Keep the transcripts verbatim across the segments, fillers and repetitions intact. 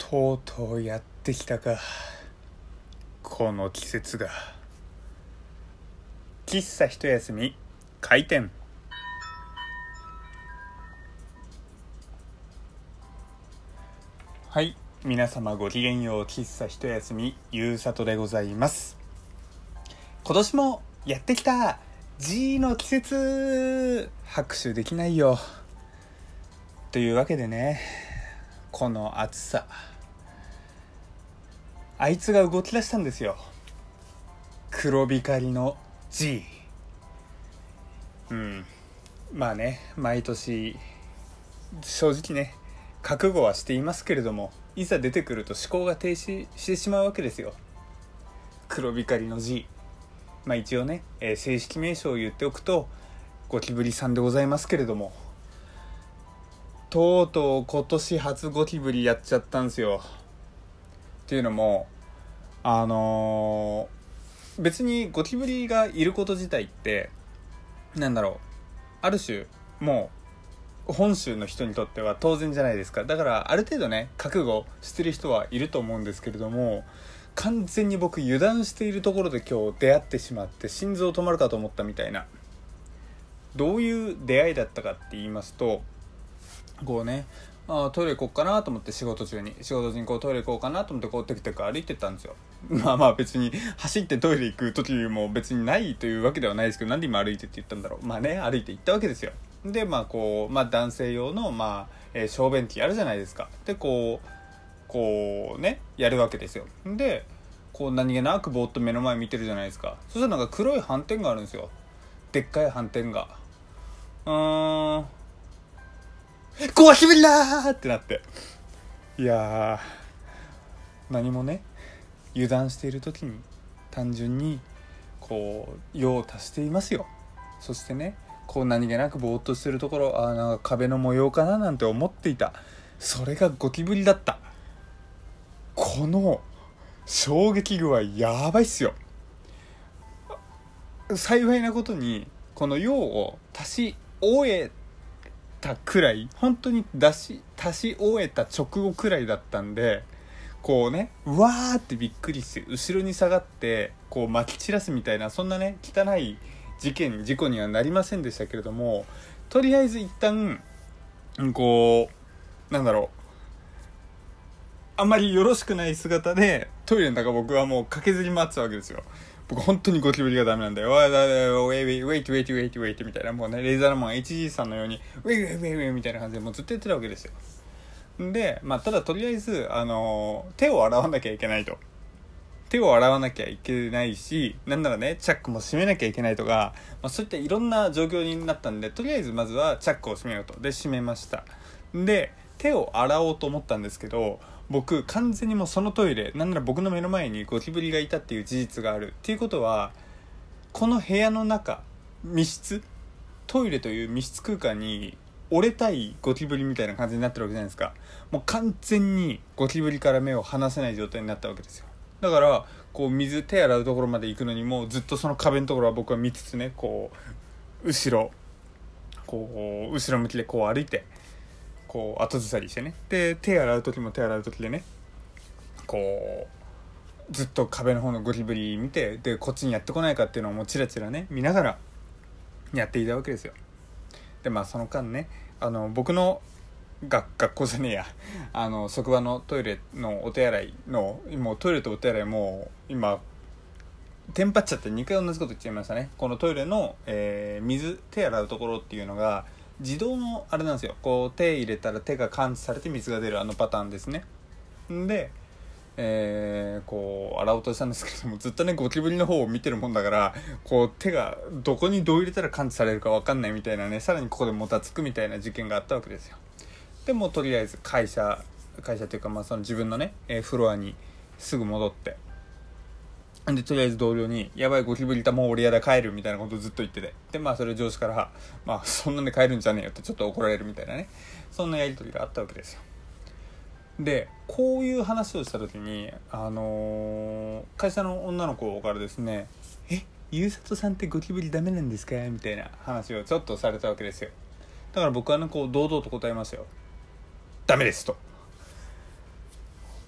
とうとうやってきたか、この季節が。喫茶一休み開店。はい、皆様ごきげんよう。喫茶一休みゆうさとでございます。今年もやってきた G の季節、拍手できないよというわけでね、この暑さ、あいつが動き出したんですよ。黒光りの G。 うんまあね、毎年正直ね覚悟はしていますけれども、いざ出てくると思考が停止してしまうわけですよ。黒光りの G、 まあ一応ね、えー、正式名称を言っておくとゴキブリさんでございますけれども、とうとう今年初ゴキブリやっちゃったんですよ。っていうのもあのー、別にゴキブリがいること自体ってなんだろう、ある種もう本州の人にとっては当然じゃないですか。だからある程度ね覚悟してる人はいると思うんですけれども、完全に僕油断しているところで今日出会ってしまって、心臓止まるかと思ったみたいな。どういう出会いだったかって言いますと、こうね、あトイレ行こうかなと思って、仕事中に仕事中にこうトイレ行こうかなと思ってこうテクテク歩いてったんですよ。まあまあ別に走ってトイレ行く時も別にないというわけではないですけど、なんで今歩いてって言ったんだろう。まあね、歩いて行ったわけですよ。でまあこう、まあ、男性用の、まあえー、小便器あるじゃないですか。でこうこうねやるわけですよ。でこう何気なくぼーっと目の前見てるじゃないですか。そしたらなんか黒い斑点があるんですよ。でっかい斑点が。うーんゴキブリだーってなって、いやー何もね油断している時に単純にこう用を足していますよ。そしてねこう何気なくぼーっとしてるところ、あーなんか壁の模様かななんて思っていた。それがゴキブリだった。この衝撃具合やばいっすよ。幸いなことにこの用を足し終えたくらい、本当に出し足し終えた直後くらいだったんで、こうねうわーってびっくりして後ろに下がってこう撒き散らすみたいな、そんなね汚い事件事故にはなりませんでしたけれども、とりあえず一旦こうなんだろう、あんまりよろしくない姿でトイレの中僕はもう駆けずり回ってたわけですよ。僕本当にゴキブリがダメなんだよ。ウェイウェイウェイトウェイトウェイトウェイトみたいな、もうねレーザーラモン エイチジー さんのようにウェイウェイウェイウェイみたいな感じでもうずっとやってたわけですよ。でまあただとりあえずあの手を洗わなきゃいけないと。手を洗わなきゃいけないし、なんならねチャックも閉めなきゃいけないとか、まあ、そういったいろんな状況になったんで、とりあえずまずはチャックを閉めようと。で閉めました。で手を洗おうと思ったんですけど、僕完全にもうそのトイレ、なんなら僕の目の前にゴキブリがいたっていう事実があるっていうことは、この部屋の中、密室トイレという密室空間に折れたいゴキブリみたいな感じになってるわけじゃないですか。もう完全にゴキブリから目を離せない状態になったわけですよ。だからこう水手洗うところまで行くのにもずっとその壁のところは僕は見つつね、こう後ろこう後ろ向きでこう歩いてこう後ずさりしてね、で手洗う時も手洗う時でねこうずっと壁の方のゴキブリ見て、でこっちにやってこないかっていうのをもうチラチラね見ながらやっていたわけですよ。でまあその間ね、あの僕の学学校じゃねえやあの職場のトイレのお手洗いの、もうトイレとお手洗いもう今テンパっちゃってにかい同じこと言っちゃいましたね。このトイレの、えー、水手洗うところっていうのが自動のあれなんですよ。こう手入れたら手が感知されて水が出るあのパターンですね。で、えー、こう洗おうとしたんですけれども、ずっとねゴキブリの方を見てるもんだから、こう手がどこにどう入れたら感知されるか分かんないみたいなね、さらにここでもたつくみたいな事件があったわけですよ。でもとりあえず会社会社というかまあその自分のね、えー、フロアにすぐ戻って、でとりあえず同僚にやばいゴキブリいた、もう俺やだ帰るみたいなことをずっと言ってて、でまあそれ上司からまあそんなんで帰るんじゃねえよってちょっと怒られるみたいなね、そんなやり取りがあったわけですよ。でこういう話をした時にあのー、会社の女の子からですね、えゆうさとさんってゴキブリダメなんですかみたいな話をちょっとされたわけですよ。だから僕はねこう堂々と答えましたよ。ダメですと。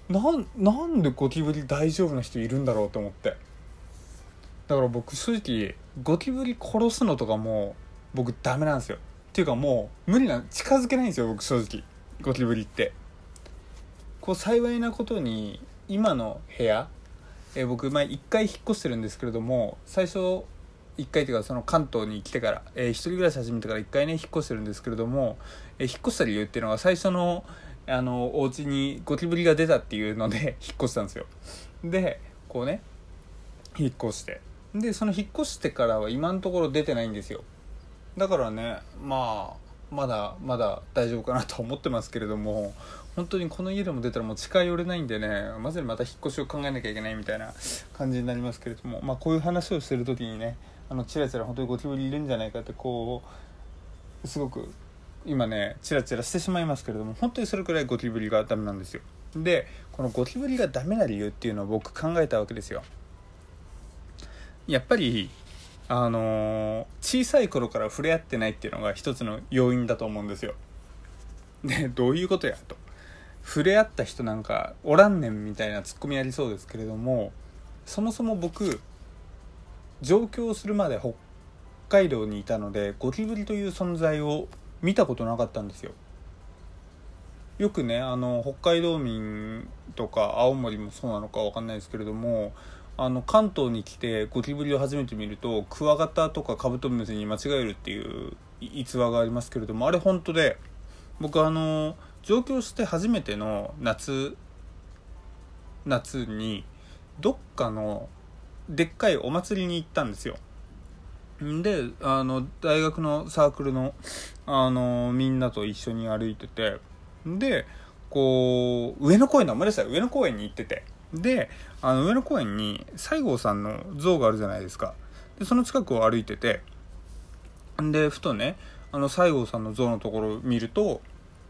なんなんでゴキブリ大丈夫な人いるんだろうと思って。だから僕正直ゴキブリ殺すのとかも僕ダメなんですよ。っていうかもう無理な、近づけないんですよ僕正直。ゴキブリってこう幸いなことに今の部屋、えー、僕前いっかい引っ越してるんですけれども、最初いっかいというかその関東に来てから、えー、一人暮らし始めてからいっかいね引っ越してるんですけれども、えー、引っ越した理由っていうのが最初のあのお家にゴキブリが出たっていうので引っ越したんですよ。でこうね引っ越して、でその引っ越してからは今のところ出てないんですよ。だからねまあまだまだ大丈夫かなと思ってますけれども、本当にこの家でも出たらもう近寄れないんでね、まずまた引っ越しを考えなきゃいけないみたいな感じになりますけれども、まあこういう話をしてる時にね、あのチラチラ本当にゴキブリいるんじゃないかってこうすごく今ねチラチラしてしまいますけれども、本当にそれくらいゴキブリがダメなんですよ。でこのゴキブリがダメな理由っていうのを僕考えたわけですよ。やっぱりあのー、小さい頃から触れ合ってないっていうのが一つの要因だと思うんですよ。でどういうことやと、触れ合った人なんかおらんねんみたいなツッコミありそうですけれども、そもそも僕上京するまで北海道にいたのでゴキブリという存在を見たことなかったんですよ。よくねあの北海道民とか青森もそうなのか分かんないですけれども、あの関東に来てゴキブリを初めて見るとクワガタとかカブトムシに間違えるっていう逸話がありますけれども、あれ本当で、僕あの上京して初めての夏夏にどっかのでっかいお祭りに行ったんですよ。であの大学のサークルの、あのみんなと一緒に歩いてて、でこう上野公園の思い出した上野公園に行ってて、であの上野公園に西郷さんの像があるじゃないですか。でその近くを歩いてて、でふとねあの西郷さんの像のところを見ると、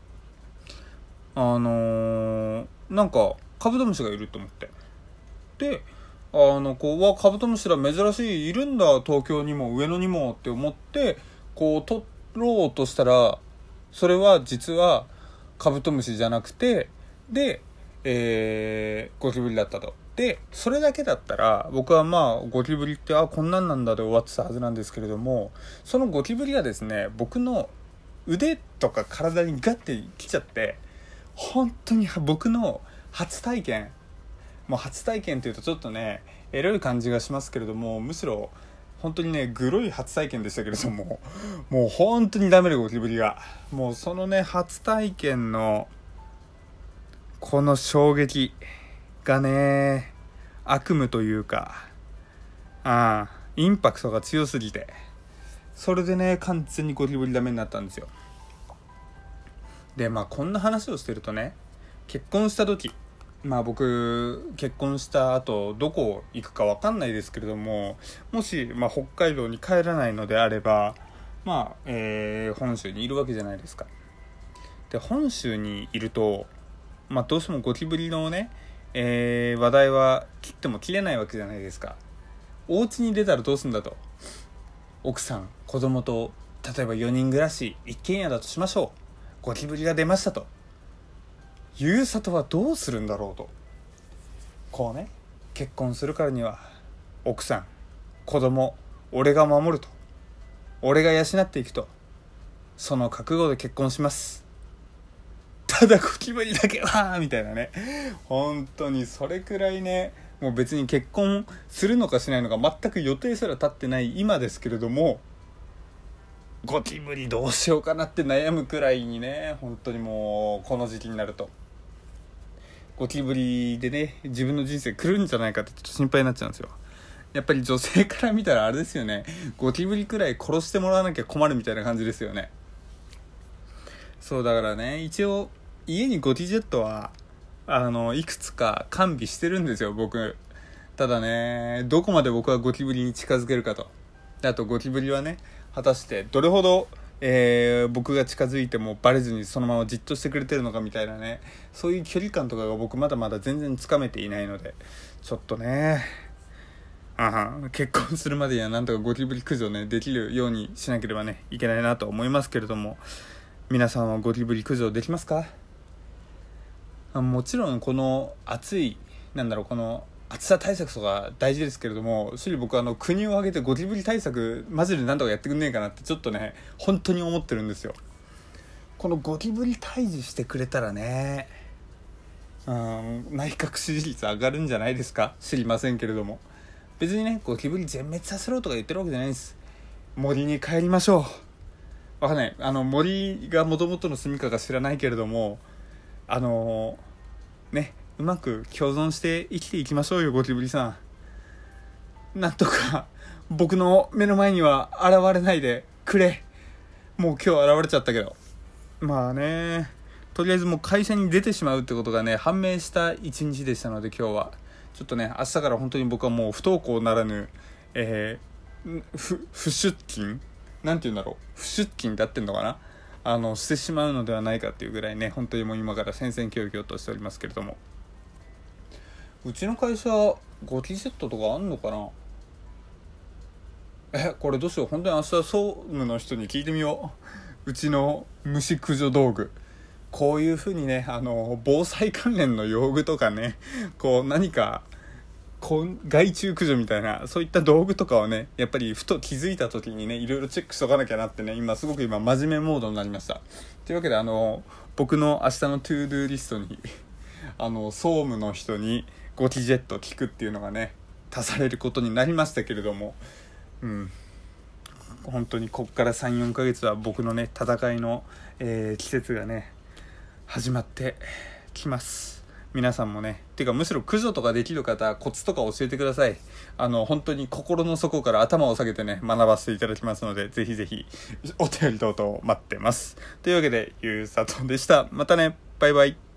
あのー、なんかカブトムシがいると思って、であのこうわカブトムシら珍しいいるんだ東京にも上野にもって思ってこう撮ろうとしたら、それは実はカブトムシじゃなくて、でえー、ゴキブリだったと。でそれだけだったら僕はまあゴキブリってあこんなんなんだで終わってたはずなんですけれども、そのゴキブリがですね僕の腕とか体にガッて来ちゃって、本当に僕の初体験、もう初体験っていうとちょっとねエロい感じがしますけれども、むしろ本当にねグロい初体験でしたけれども、もう本当にダメでゴキブリが、もうそのね初体験のこの衝撃がね悪夢というか、ああインパクトが強すぎて、それでね完全にゴキブリダメになったんですよ。でまあこんな話をしてるとね、結婚した時、まあ僕結婚した後どこ行くか分かんないですけれども、もし、まあ、北海道に帰らないのであれば、まあえー、本州にいるわけじゃないですか。で本州にいるとまあ、どうしてもゴキブリのね、えー、話題は切っても切れないわけじゃないですか。お家に出たらどうすんだと、奥さん子供と例えばよにん暮らし一軒家だとしましょう、ゴキブリが出ましたと、ゆうさとはどうするんだろうと、こうね結婚するからには奥さん子供俺が守ると、俺が養っていくと、その覚悟で結婚します、ただゴキブリだけはみたいなね、本当にそれくらいね、もう別に結婚するのかしないのか全く予定すら立ってない今ですけれども、ゴキブリどうしようかなって悩むくらいにね、本当にもうこの時期になるとゴキブリでね自分の人生来るんじゃないかってちょっと心配になっちゃうんですよ。やっぱり女性から見たらあれですよね、ゴキブリくらい殺してもらわなきゃ困るみたいな感じですよね。そうだからね、一応家にゴキジェットはあのいくつか完備してるんですよ僕。ただねどこまで僕はゴキブリに近づけるかと、あとゴキブリはね果たしてどれほど、えー、僕が近づいてもバレずにそのままじっとしてくれてるのかみたいなね、そういう距離感とかが僕まだまだ全然つかめていないので、ちょっとねあ結婚するまでにはなんとかゴキブリ駆除ねできるようにしなければねいけないなと思いますけれども、皆さんはゴキブリ駆除できますか？ もちろんこの暑いなんだろうこの暑さ対策とか大事ですけれども、正直僕はあの国を挙げてゴキブリ対策マジでなんとかやってくんねえかなってちょっとね本当に思ってるんですよ。このゴキブリ退治してくれたらね、うん、内閣支持率上がるんじゃないですか。知りませんけれども、別にねゴキブリ全滅させろとか言ってるわけじゃないです。森に帰りましょう。わかんない、あの森が元々の住処か知らないけれども、あのー、ねうまく共存して生きていきましょうよゴキブリさん。なんとか僕の目の前には現れないでくれ。もう今日現れちゃったけど、まあね、とりあえずもう会社に出てしまうってことがね判明した一日でしたので、今日はちょっとね明日から本当に僕はもう不登校ならぬ、えー、不, 不出勤なんて言うんだろう不出勤だってんのかな、あのしてしまうのではないかっていうぐらいね、本当にもう今から戦々恐々としておりますけれども、うちの会社ゴキジェットとかあんのかな。えこれどうしよう、本当に明日総務の人に聞いてみよう。うちの虫駆除道具、こういう風にねあの防災関連の用具とかね、こう何かこう害虫駆除みたいなそういった道具とかをねやっぱりふと気づいた時にねいろいろチェックしとかなきゃなってね、今すごく今真面目モードになりました。というわけであの僕の明日のトゥードゥーリストにあの総務の人にゴキジェット聞くっていうのがね足されることになりましたけれども、うん本当にこっから さん,よん ヶ月は僕のね戦いの、えー、季節がね始まってきます。皆さんもね、てかむしろ駆除とかできる方コツとか教えてください。あの本当に心の底から頭を下げてね学ばせていただきますので、ぜひぜひお便り等々待ってます。というわけでゆうさとでした。またね、バイバイ。